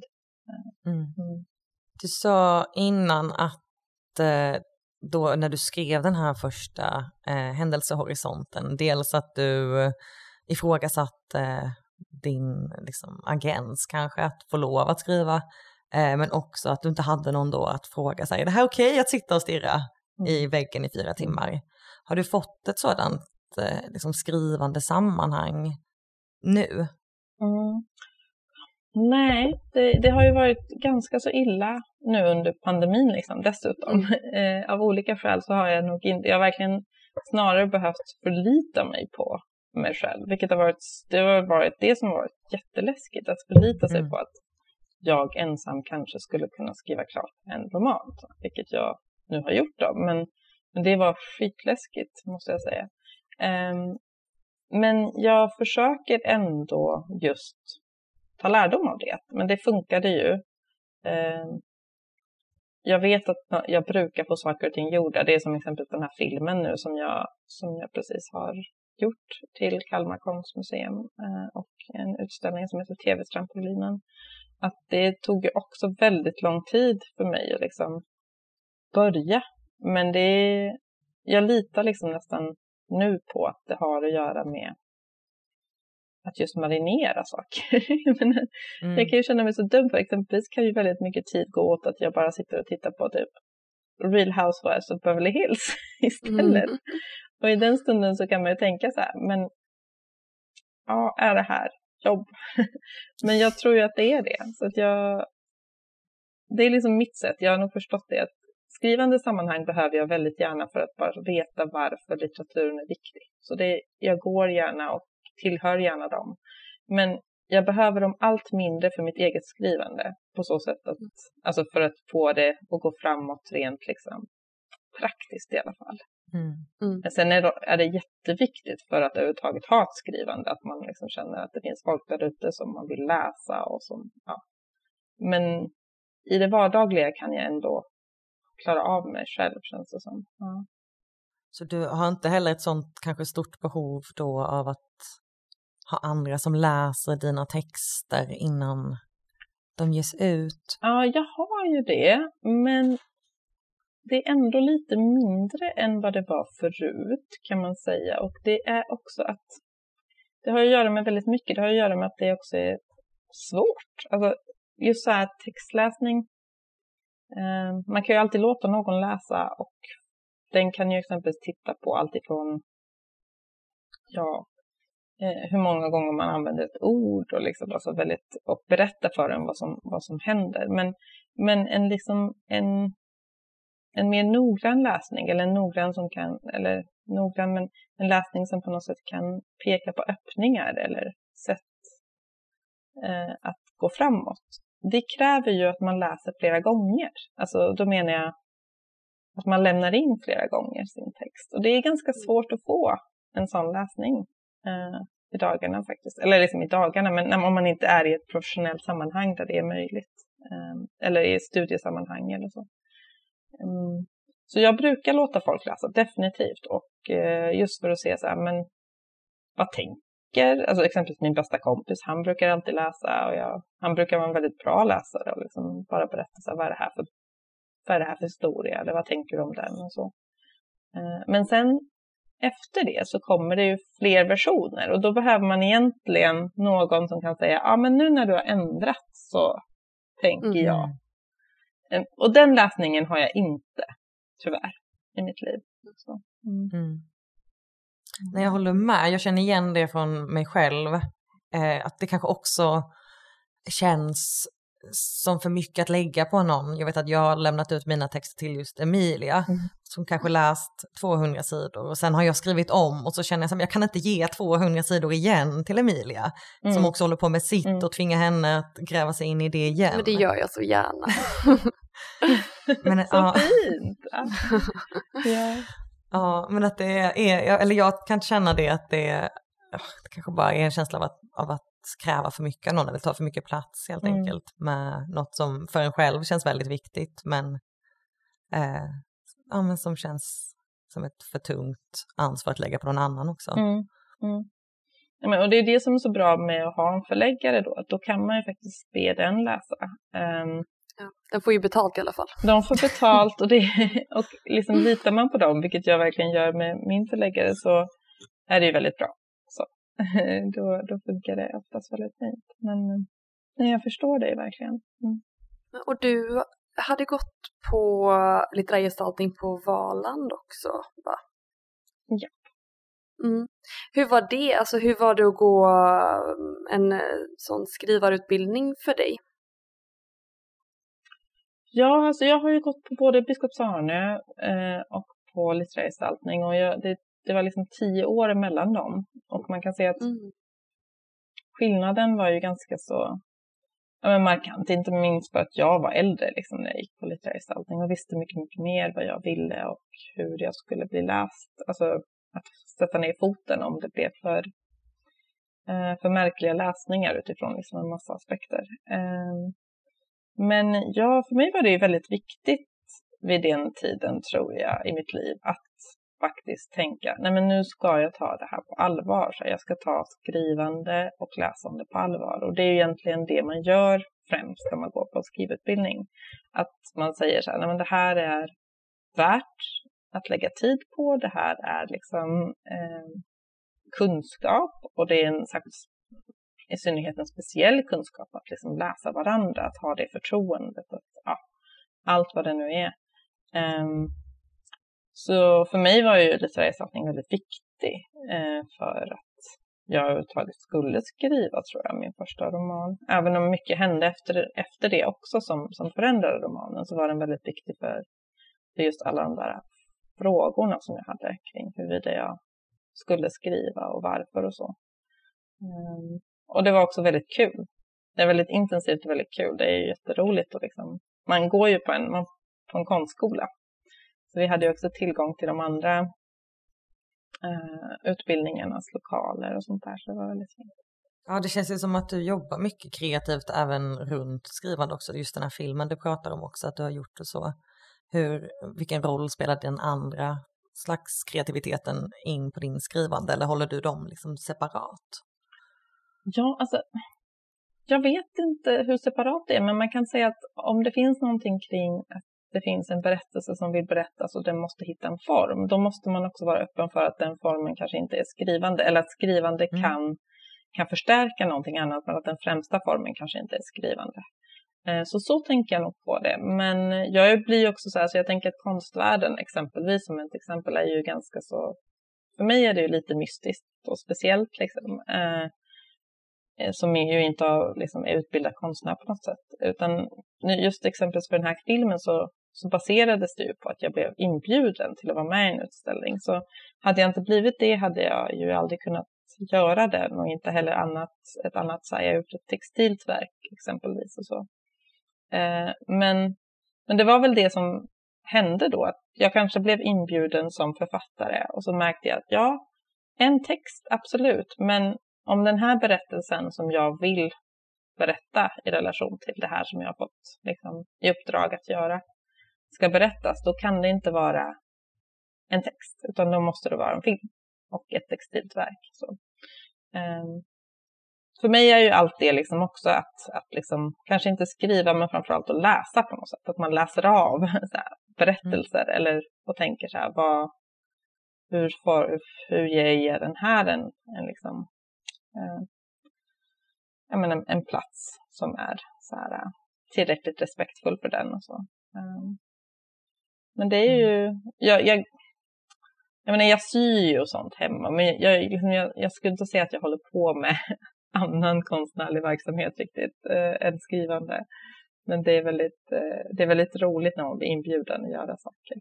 Du sa innan att då när du skrev den här första händelsehorisonten, dels att du ifrågasatte din liksom, agens kanske att få lov att skriva, men också att du inte hade någon då att fråga sig, är det här okej att sitta och stirra i väggen i 4 timmar? Har du fått ett sådant liksom, skrivande sammanhang nu? Nej, det har ju varit ganska så illa nu under pandemin liksom, dessutom. Av olika skäl så har jag nog inte, jag har verkligen snarare behövt förlita mig på mig själv. Vilket har varit det som har varit jätteläskigt, att förlita sig på att jag ensam kanske skulle kunna skriva klart en roman. Vilket jag nu har gjort då, men det var skitläskigt måste jag säga. Men jag försöker ändå just ta lärdom av det. Men det funkade ju. Jag vet att jag brukar få saker och ting gjorda. Det är som exempel den här filmen nu som jag precis har gjort till Kalmar konstmuseum och en utställning som heter TV-trampolinen. Att det tog ju också väldigt lång tid för mig att liksom börja. Men jag litar liksom nästan nu på att det har att göra med att just marinera saker. Jag kan ju känna mig så dum för exempelvis kan ju väldigt mycket tid gå åt att jag bara sitter och tittar på typ Real Housewives of Beverly Hills istället. Och i den stunden så kan man ju tänka så här, men ja, är det här jobb? Men jag tror ju att det är det. Så att det är liksom mitt sätt. Jag har nog förstått det att skrivande sammanhang behöver jag väldigt gärna för att bara veta varför litteraturen är viktig. Så jag går gärna och tillhör gärna dem. Men jag behöver dem allt mindre för mitt eget skrivande. På så sätt att, alltså för att få det att gå framåt rent liksom praktiskt i alla fall. Men sen är det jätteviktigt för att överhuvudtaget ha ett skrivande. Att man liksom känner att det finns folk där ute som man vill läsa. Och som, ja. Men i det vardagliga kan jag ändå klara av mig själv, känns det som. Ja. Så du har inte heller ett sånt kanske stort behov då av att ha andra som läser dina texter innan de ges ut? Ja, jag har ju det. Men det är ändå lite mindre än vad det var förut, kan man säga. Och det är också att det har att göra med väldigt mycket. Det har att göra med att det också är svårt. Alltså just så här textläsning. Man kan ju alltid låta någon läsa och den kan ju exempelvis titta på allt ifrån hur många gånger man använder ett ord och liksom alltså och berätta för en vad som händer. Men en mer noggrann läsning eller en läsning som på något sätt kan peka på öppningar eller sätt att gå framåt. Det kräver ju att man läser flera gånger. Alltså då menar jag att man lämnar in flera gånger sin text. Och det är ganska svårt att få en sån läsning i dagarna faktiskt. Eller liksom i dagarna, men om man inte är i ett professionellt sammanhang där det är möjligt. Eller i ett studiesammanhang eller så. Så jag brukar låta folk läsa, definitivt. Och just för att se så här, men vad tänker, alltså exempelvis min bästa kompis, han brukar alltid läsa och han brukar vara en väldigt bra läsare och liksom bara berätta så här, vad är det här för historia eller vad tänker du om den och så. Men sen efter det så kommer det ju fler versioner och då behöver man egentligen någon som kan säga, men nu när du har ändrat så tänker jag. Och den läsningen har jag inte, tyvärr, i mitt liv. Så. Nej, jag håller med. Jag känner igen det från mig själv. Att det kanske också känns som för mycket att lägga på någon. Jag vet att jag har lämnat ut mina texter till just Emilia som kanske läst 200 sidor och sen har jag skrivit om och så känner jag som jag kan inte ge 200 sidor igen till Emilia som också håller på med sitt och tvinga henne att gräva sig in i det igen. Men det gör jag så gärna. Men, så fint! Ja. Ja, men att det är, eller jag kan känna det att det kanske bara är en känsla av att kräva för mycket av någon, eller ta för mycket plats helt enkelt med något som för en själv känns väldigt viktigt, men men som känns som ett för tungt ansvar att lägga på någon annan också. Ja, men, och det är det som är så bra med att ha en förläggare då, att då kan man ju faktiskt be den läsa. Ja, den får ju betalt i alla fall. De får betalt och liksom litar man på dem, vilket jag verkligen gör med min förläggare, så är det ju väldigt bra. Så då funkar det oftast väldigt fint. Men jag förstår dig verkligen. Och du hade gått på litterär gestaltning på Valand också, va? Ja. Hur var det? Alltså hur var det att gå en sån skrivarutbildning för dig? Ja, alltså jag har ju gått på både Biskops-Arnö och på litterär gestaltning, och det var liksom 10 år emellan dem. Och man kan säga att skillnaden var ju ganska så markant, inte minst för att jag var äldre liksom, när jag gick på litterär gestaltning och visste mycket, mycket mer vad jag ville och hur jag skulle bli läst. Alltså att sätta ner foten om det blev för märkliga läsningar utifrån liksom en massa aspekter. Men ja, för mig var det ju väldigt viktigt vid den tiden, tror jag, i mitt liv att faktiskt tänka, nej men nu ska jag ta det här på allvar. Så jag ska ta skrivande och läsande på allvar. Och det är ju egentligen det man gör främst när man går på en skrivutbildning. Att man säger så här, nej men det här är värt att lägga tid på. Det här är liksom kunskap, och det är en i synnerhet en speciell kunskap att liksom läsa varandra, att ha det förtroendet, att, allt vad det nu är. Så för mig var ju litterär gestaltning väldigt viktig för att jag överhuvudtaget skulle skriva, tror jag, min första roman. Även om mycket hände efter det också som förändrade romanen, så var den väldigt viktig för just alla de där frågorna som jag hade kring huruvida jag skulle skriva och varför och så. Och det var också väldigt kul. Det är väldigt intensivt och väldigt kul. Det är ju jätteroligt. Och liksom, man går ju på en konstskola. Så vi hade ju också tillgång till de andra utbildningarnas lokaler och sånt där. Så det var väldigt fint. Ja, det känns ju som att du jobbar mycket kreativt även runt skrivande också. Just den här filmen du pratar om också, att du har gjort och så. Vilken roll spelar den andra slags kreativiteten in på din skrivande? Eller håller du dem liksom separat? Ja, alltså jag vet inte hur separat det är, men man kan säga att om det finns någonting kring att det finns en berättelse som vill berättas och den måste hitta en form, då måste man också vara öppen för att den formen kanske inte är skrivande, eller att skrivande kan förstärka någonting annat, men att den främsta formen kanske inte är skrivande. Så tänker jag nog på det. Men jag blir också så här, så jag tänker att konstvärlden exempelvis, som ett exempel, är ju ganska så, för mig är det ju lite mystiskt och speciellt liksom. Som ju inte har liksom, är utbildad konstnär på något sätt. Utan just exempelvis för den här filmen så baserades det ju på att jag blev inbjuden till att vara med i en utställning. Så hade jag inte blivit det hade jag ju aldrig kunnat göra den, och inte heller ett annat så här, jag har gjort ett textilt verk exempelvis och så. Men det var väl det som hände då, att jag kanske blev inbjuden som författare, och så märkte jag att ja, en text absolut, men om den här berättelsen som jag vill berätta i relation till det här som jag har fått liksom, i uppdrag att göra ska berättas, då kan det inte vara en text, utan då måste det vara en film och ett textilt verk. Så. För mig är ju allt det liksom också att liksom, kanske inte skriva, men framförallt att läsa på något sätt. Att man läser av så här, berättelser eller och tänker så här, hur ger jag den här en liksom, en plats som är så här, tillräckligt respektfull för den och så. Men det är ju, jag syr ju och sånt hemma, men jag skulle inte säga att jag håller på med annan konstnärlig verksamhet riktigt än skrivande. Men det är väldigt roligt när man blir inbjuden att göra saker.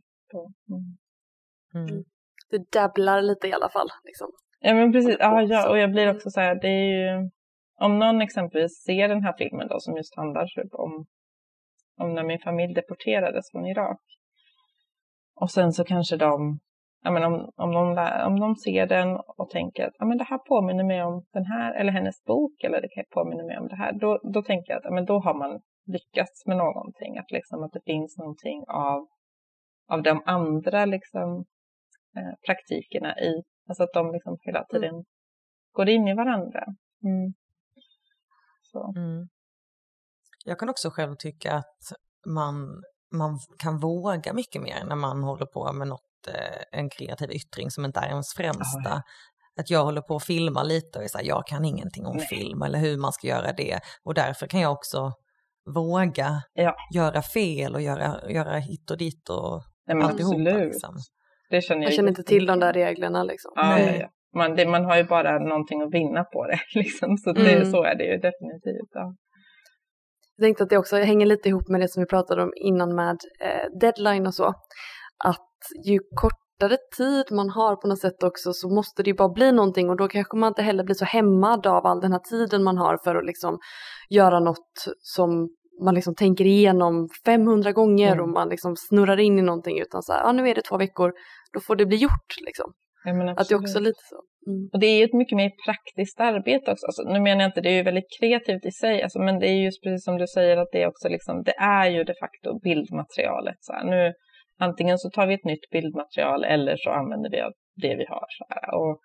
Du dabblar lite i alla fall. Liksom. Ja, men precis. Ja, och jag blir också så här, det är ju, om någon exempelvis ser den här filmen då, som just handlar om om när min familj deporterades från Irak. Och sen så kanske de, om de ser den och tänker att det här påminner mig om den här, eller hennes bok, eller det kan påminna mig om det här, då tänker jag att då har man lyckats med någonting, att liksom att det finns någonting av de andra liksom praktikerna i, alltså att de liksom hela tiden går in i varandra. Så. Jag kan också själv tycka att man kan våga mycket mer när man håller på med en kreativ yttring som inte är ens främsta. Att jag håller på att filma lite och är så här, jag kan ingenting om film eller hur man ska göra det. Och därför kan jag också våga göra fel och göra hit och dit och alltihopa. Liksom. Jag känner inte till de där reglerna liksom. Ja. Man har ju bara någonting att vinna på det liksom. Så så är det ju definitivt. Ja. Jag tänkte att det också hänger lite ihop med det som vi pratade om innan med deadline och så. Att ju kortare tid man har på något sätt också, så måste det ju bara bli någonting, och då kanske man inte heller blir så hämmad av all den här tiden man har för att liksom göra något som man liksom tänker igenom 500 gånger och man liksom snurrar in i någonting, utan så här, nu är det 2 veckor, då får det bli gjort liksom. Att det också är lite så. Och det är ju ett mycket mer praktiskt arbete också. Alltså, nu menar jag inte, det är ju väldigt kreativt i sig. Alltså, men det är just precis som du säger, att det är också liksom, det är ju de facto bildmaterialet. Så här. Nu, antingen så tar vi ett nytt bildmaterial eller så använder vi det vi har. Så här. Och,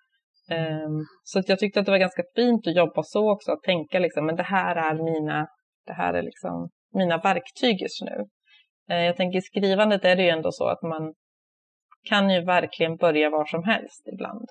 så att jag tyckte att det var ganska fint att jobba så också. Att tänka liksom, men det här är liksom mina verktyg just nu. Jag tänker i skrivandet är det ju ändå så att man kan ju verkligen börja var som helst ibland.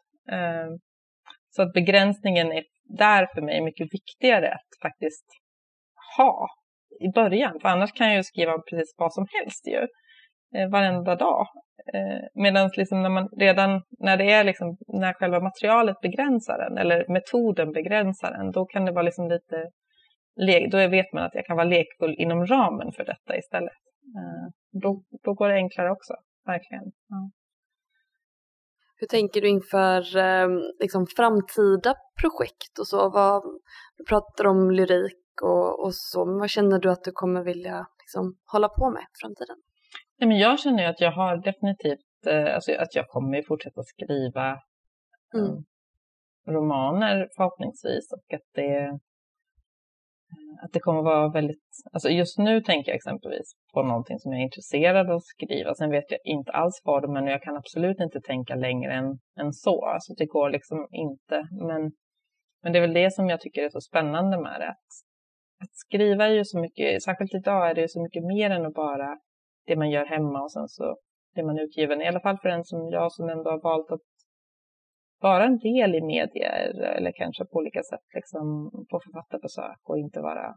Så att begränsningen är där för mig mycket viktigare att faktiskt ha i början. För annars kan jag ju skriva precis vad som helst ju. Varenda dag. Medan liksom när det är liksom, när själva materialet begränsar en, eller metoden begränsar en, då kan det vara liksom lite, då vet man att jag kan vara lekfull inom ramen för detta istället. Då går det enklare också, verkligen. Ja. Hur tänker du inför liksom framtida projekt och så? Du pratar om lyrik och så, men vad känner du att du kommer vilja liksom hålla på med i framtiden? Nej, men jag känner ju att jag har definitivt, alltså att jag kommer fortsätta skriva romaner förhoppningsvis, och att det kommer vara väldigt, alltså just nu tänker jag exempelvis på någonting som jag är intresserad av att skriva. Sen vet jag inte alls formen, och jag kan absolut inte tänka längre än så. Alltså det går liksom inte. Men det är väl det som jag tycker är så spännande med det. Att skriva är ju så mycket, särskilt idag är det ju så mycket mer än att bara det man gör hemma och sen så det man utgiven. I alla fall för en som jag som ändå har valt att vara en del i medier eller kanske på olika sätt liksom på författarbesök och inte vara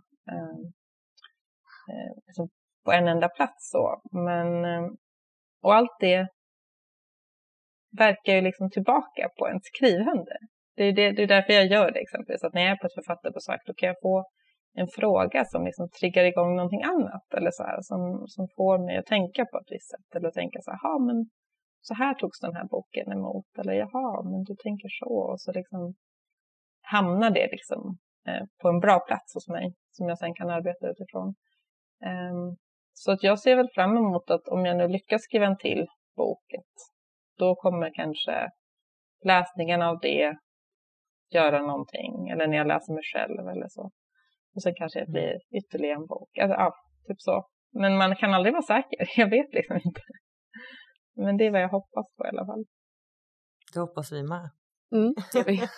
liksom på en enda plats så. Men och allt det verkar ju liksom tillbaka på en skrivande. Det är därför jag gör det exempelvis. Att när jag är på ett författarbesök, då kan jag få en fråga som liksom triggar igång någonting annat. Eller så här, som får mig att tänka på ett visst sätt. Eller tänka så här, men så här togs den här boken emot. Eller jaha, men du tänker så. Och så liksom hamnar det liksom på en bra plats hos mig. Som jag sen kan arbeta utifrån. Så att jag ser väl fram emot att om jag nu lyckas skriva en till boken, då kommer kanske läsningen av det göra någonting. Eller när jag läser mig själv eller så. Och sen kanske det blir ytterligare en bok. Alltså, ja, typ så. Men man kan aldrig vara säker. Jag vet liksom inte. Men det är vad jag hoppas på i alla fall. Det hoppas vi med. Det är vi.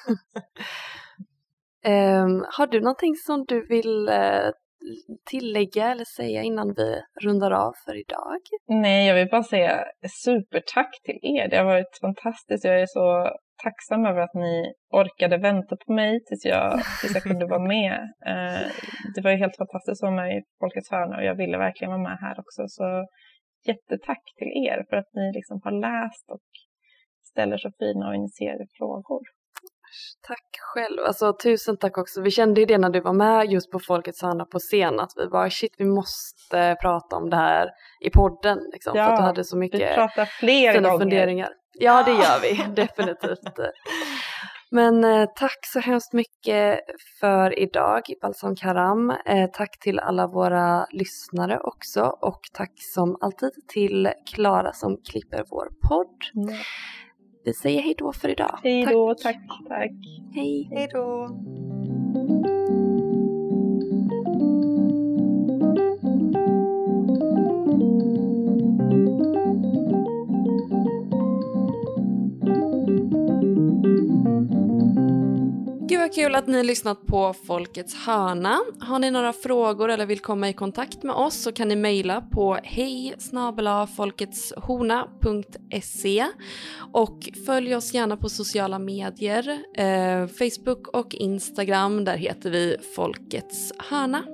Har du någonting som du vill tillägga eller säga innan vi rundar av för idag? Nej, jag vill bara säga supertack till er. Det har varit fantastiskt. Jag är så tacksam över att ni orkade vänta på mig tills jag kunde vara med. Det var ju helt fantastiskt att vara med i Folkets hörna och jag ville verkligen vara med här också. Så jättetack till er för att ni liksom har läst och ställer så fina och initierade frågor. Tack själv. Alltså, tusen tack också. Vi kände ju det när du var med just på Folkets hörna på scen, att vi bara vi måste prata om det här i podden. Liksom, ja, för att du hade så mycket vi pratar fler gånger. Funderingar. Ja, det gör vi. Definitivt. Men tack så hemskt mycket för idag, Balsam Karam. Tack till alla våra lyssnare också. Och tack som alltid till Klara som klipper vår podd. Vi säger hej då för idag. Hej då, tack. Hej. Hej då. Gud vad kul att ni har lyssnat på Folkets hörna. Har ni några frågor eller vill komma i kontakt med oss så kan ni mejla på hej@folketshorna.se och följ oss gärna på sociala medier, Facebook och Instagram, där heter vi Folkets hörna.